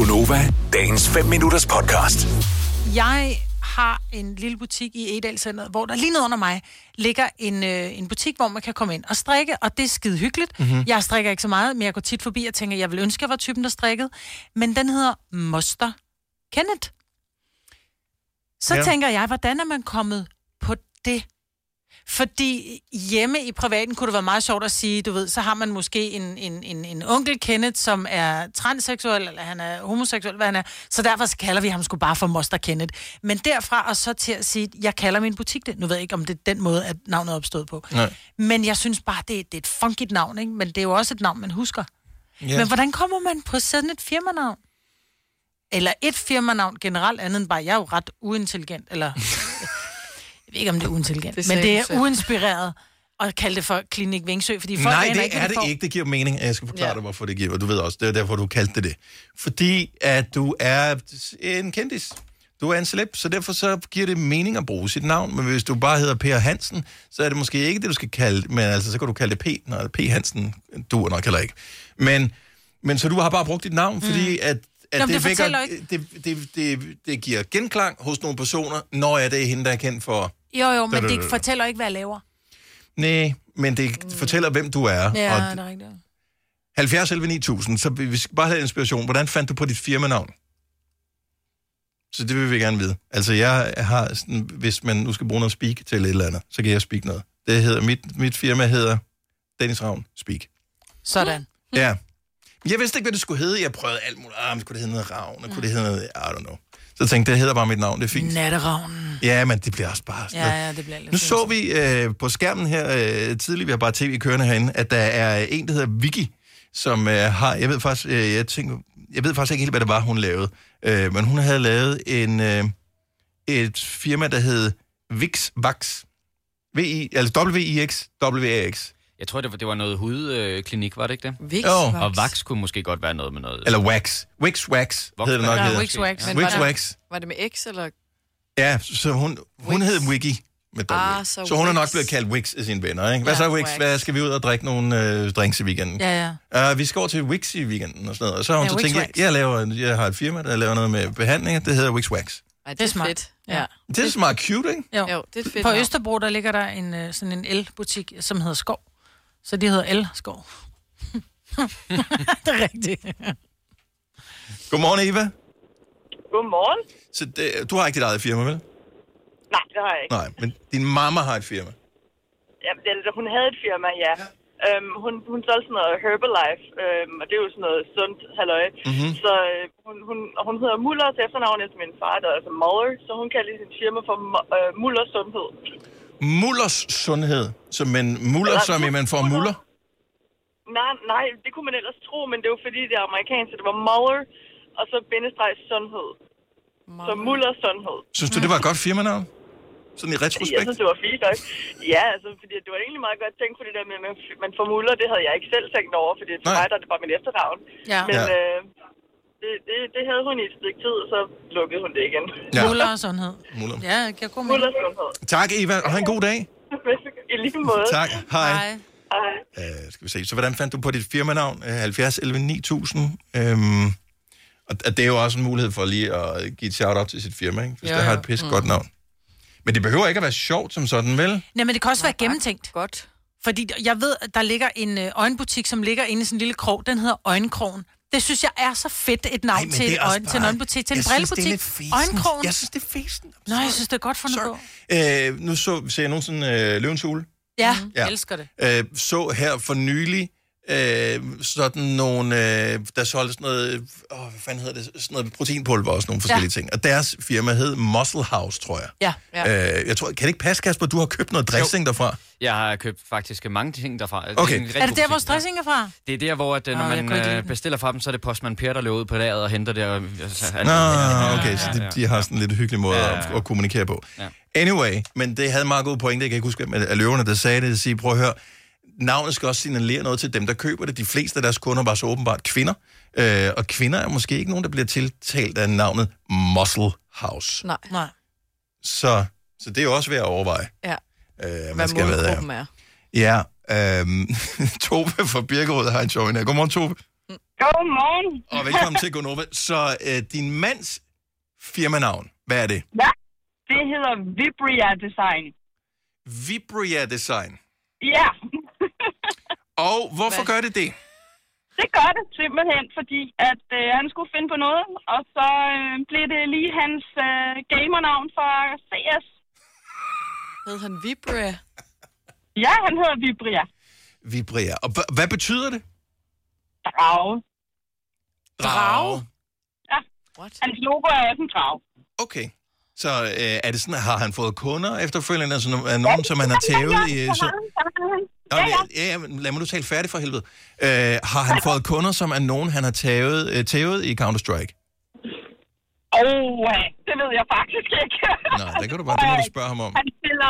Gonova, dagens 5 minutters podcast. Jeg har en lille butik i Egedalcenteret, hvor der lige nede under mig ligger en butik, hvor man kan komme ind og strikke, og det er skide hyggeligt. Mm-hmm. Jeg strikker ikke så meget, men jeg går tit forbi og tænker, jeg vil ønske, jeg var typen, der strikkede. Men den hedder Moster Kenneth. Så tænker jeg, hvordan er man kommet på det? Fordi hjemme i privaten kunne det være meget sjovt at sige, du ved, så har man måske en onkel Kenneth, som er transseksuel, eller han er homoseksuel, hvad han er. Så derfor så kalder vi ham sgu bare for Moster Kenneth. Men derfra og så til at sige, jeg kalder min butik det. Nu ved jeg ikke, om det er den måde, at navnet er opstået på. Nej. Men jeg synes bare, det er et funkigt navn, ikke? Men det er jo også et navn, man husker. Yeah. Men hvordan kommer man på sådan et firmanavn? Eller et firmanavn generelt, andet end bare, jeg er jo ret uintelligent, eller... Jeg ved ikke, om det er uintelligent, men det er uinspireret at kalde det for Klinik Vingsø, fordi folk nej, det er det ikke. Det giver mening. Jeg skal forklare dig, hvorfor det giver. Du ved også, det er derfor, du kaldte det. Fordi at du er en kendis. Du er en celeb, så derfor så giver det mening at bruge sit navn. Men hvis du bare hedder Per Hansen, så er det måske ikke det, du skal kalde det. Men altså, så kan du kalde det P. Når P. Hansen, du er nok heller ikke. Men så du har bare brugt dit navn, fordi at det vækker, det giver genklang hos nogle personer, når det er hende, der er kendt for... Jo, men det fortæller ikke, hvad jeg laver. Nej, men det fortæller, hvem du er. Ja, det er rigtigt. 70 11 9000, så vi skal bare have inspiration. Hvordan fandt du på dit firmanavn? Så det vil vi gerne vide. Altså, jeg har sådan, hvis man nu skal bruge noget speak til et eller andet, så kan jeg speak noget. Det hedder, mit firma hedder Dennis Ravn Speak. Sådan. Ja. Jeg vidste ikke, hvad det skulle hedde. Jeg prøvede alt muligt. Skulle det hedde noget Ravn? Kunne det hedde noget... I don't know. Så jeg tænkte, det hedder bare mit navn. Det er fint. Natteravnen. Ja, men det bliver også bare... Ja, det bliver lidt. Nu så vi på skærmen her tidligere, vi har bare tv kørende herinde, at der er en, der hedder Vicky, som har... Jeg ved faktisk ikke helt, hvad det var, hun lavede. Men hun havde lavet et firma, der hed Vix Vax. W-I-X-W-A-X. Jeg tror, det var noget hudklinik, var det ikke det? Vix og wax kunne måske godt være noget med noget... Eller wax. Wix Wax hedder det nok. Ja, Wix Wax. Wix Wax. Var det med X, eller? Ja, så hun hed Wiggy med W. Så hun er nok blevet kaldt Wix af sine venner, ikke? Hvad så, Wix? Hvad skal vi ud og drikke nogle drinks i weekenden? Ja. Vi skal over til Wix i weekenden og sådan noget. Og så har hun så tænkt, jeg har et firma, der laver noget med behandlinger. Det hedder Wix Wax. Ej, det er smart. Fedt. Ja. Det er smart cute, ikke? Jo, det er fedt. På Østerbro, der ligger der sådan en el-butik, som hedder Skov. Så de hedder El-Skov. Det er rigtigt. Godmorgen, Eva. Godmorgen. Så du har ikke dit eget firma, vel? Nej, det har jeg ikke. Nej, men din mamma har et firma. Ja, hun havde et firma, ja. Hun solgte sådan noget Herbalife, og det er jo sådan noget sundt halløj. Mm-hmm. Så hun hedder Muller til efternavn efter min far, der er altså Muller, så hun kalder sin firma for Mullers Sundhed. Mullers Sundhed? Men Muller, som i man får muller? Nej, det kunne man ellers tro, men det er jo fordi, det er amerikansk, så det var Muller, og så bindestreg sundhed. Så Mullers Sundhed. Synes du, det var et godt firmanavn? Sådan i retrospekt? Jeg synes, det var fint nok. Ja, altså, fordi det var egentlig meget godt tænkt på det der med, at man får muller, det havde jeg ikke selv tænkt over, fordi for mig, der det var mit efternavn. Ja. Men det havde hun i et stykke tid, og så lukkede hun det igen. Ja. Muller og Sundhed. Muller. Ja, jeg kan gå med. Mullers Sundhed. Tak, Eva, og have en god dag. I lige måde. Tak, hej. Hej. Skal vi se, så hvordan fandt du på dit firmanavn? 70 11 9000. Og det er jo også en mulighed for lige at give et shout-out til sit firma, ikke? Hvis der har et pisse godt navn. Men det behøver ikke at være sjovt som sådan, vel? Nej, men det kan også være gennemtænkt. Godt. Fordi jeg ved, at der ligger en øjenbutik, som ligger inde i sådan en lille krog. Den hedder Øjenkrogen. Det synes jeg er så fedt et navn til en øjenbutik, til en brillebutik. Øjenkrogen. Jeg synes, det er fesen. Nå, jeg synes, det er godt fundet på. Nu ser jeg nogen sådan Løvens Hule. Ja, jeg elsker det. Så her for nylig sådan nogle, der solgte sådan noget, hvad fanden hedder det, sådan noget proteinpulver og sådan nogle forskellige ting. Og deres firma hed Muscle House, tror jeg. Ja. Jeg tror, kan det ikke passe, Kasper, du har købt noget dressing derfra? Jeg har købt faktisk mange ting derfra. Okay. Er det der, hvor dressing er fra? Det er der, hvor at, når man bestiller fra dem, så er det postmand Per, der løber ud på lageret og henter det. Okay, så de har sådan en lidt hyggelig måde at kommunikere på. Ja. Anyway, men det havde meget god pointe, jeg kan ikke huske, at løverne, der sagde det, at sige, prøv at høre, navnet skal også signalere noget til dem, der køber det. De fleste af deres kunder var så åbenbart kvinder. Og kvinder er måske ikke nogen, der bliver tiltalt af navnet Muscle House. Nej. Så det er jo også ved at overveje. Ja. Hvad målgruppen er. Ja. Tove fra Birkerød har en sjov ind her. Godmorgen, Tove. Godmorgen. Og velkommen til Gonova. Så din mands firmanavn, hvad er det? Ja, det hedder Vibria Design. Vibria Design. Ja. Og hvorfor gør det det? Det gør det simpelthen, fordi at han skulle finde på noget, og så blev det lige hans gamernavn for CS. Hed han Vibria? Ja, han hedder Vibria. Vibria. Og hvad betyder det? Drage. Drage? Ja. What? Hans logo er også en drage. Okay. Så er det sådan, har han fået kunder efterfølgende? Altså nogen, som han har tævet i... Ja, lad mig nu tale færdigt for helvede. Har han fået kunder, som er nogen, han har tævet i Counter-Strike? Det ved jeg faktisk ikke. Nej, det kan du bare, det må du spørge ham om. Han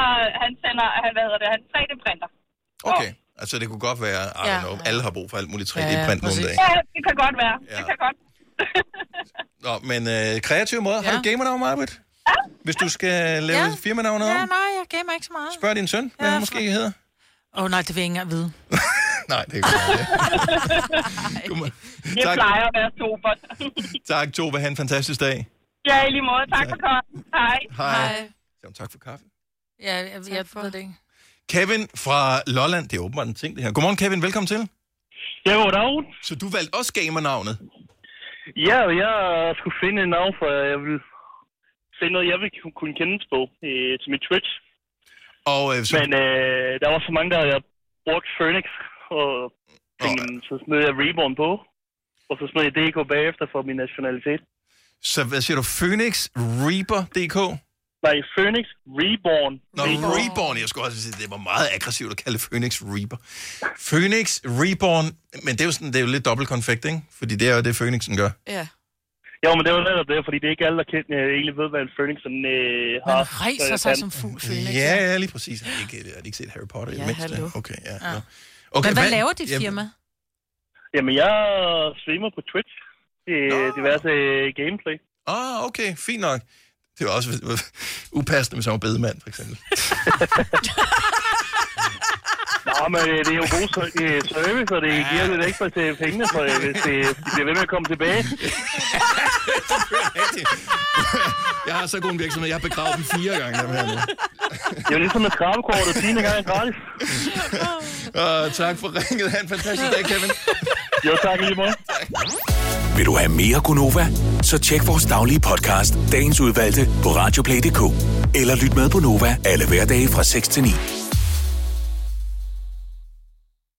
3D-printer. Okay, altså det kunne godt være, I don't know, alle har brug for alt muligt 3D-print nogle dage. Ja, det kan godt være. Ja. Det kan godt. Nå, men kreativ måde. Har du gamernavn, Marbet? Ja. Hvis du skal lave et firmanavn om? Ja, nej, jeg gamer ikke så meget. Spørg din søn, hvad han måske hedder. Nej, det vil jeg ikke engang vide. Nej, det er godt. Det plejer at være super. Tak, Tove. Ha' en fantastisk dag. Ja, i lige måde. Tak for kaffe. Hej. Hej. Tak for kaffe. Ja, jeg ved det ikke. Kevin fra Lolland. Det er åbenbart en ting, det her. Godmorgen, Kevin. Velkommen til. Ja, goddag. Så du valgte også gamernavnet? Ja, jeg skulle finde et navn, for jeg vil finde noget, jeg vil kunne kendes på til mit Twitch. Og, men der var så mange, der jeg brugte Phoenix, og så smed jeg Reborn på. Og så smed jeg DK bagefter for min nationalitet. Så hvad siger du? Phoenix Reaper DK? Nej, Phoenix Reborn. Nå, Reborn. Jeg skulle også sige, det var meget aggressivt at kalde Phoenix Reaper. Phoenix Reborn, men det er jo sådan, det er jo lidt dobbelt konfekt, ikke? Fordi det er jo det, Phoenixen gør. Ja. Jo, men det var netop det, fordi det er ikke alle, der egentlig ved, hvad en Phoenix har. Man rejser sig som fugl Phoenix. Ja, lige præcis. Har de ikke set Harry Potter i mindst? Hallo. Okay, ja. Okay, men hvad laver dit firma? Jamen, jeg streamer på Twitch. Diverse gameplay. Okay, fint nok. Det var også upassende med sådan en bedemand, for eksempel. Nå, men det er jo god service, og det giver lidt ekstra til pengene, for hvis de bliver ved med at komme tilbage. Jeg har så god en virksomhed, jeg har begravet dem 4 gange. Dem her nu. Det er jo ligesom med skrabekortet, 10 gange gratis. Tak for ringet. Ha' en fantastisk dag, Kevin. Jo, tak lige måde. Vil du have mere Gonova? Så tjek vores daglige podcast, dagens udvalgte, på radioplay.dk. Eller lyt med på Nova alle hverdage fra 6 til 9.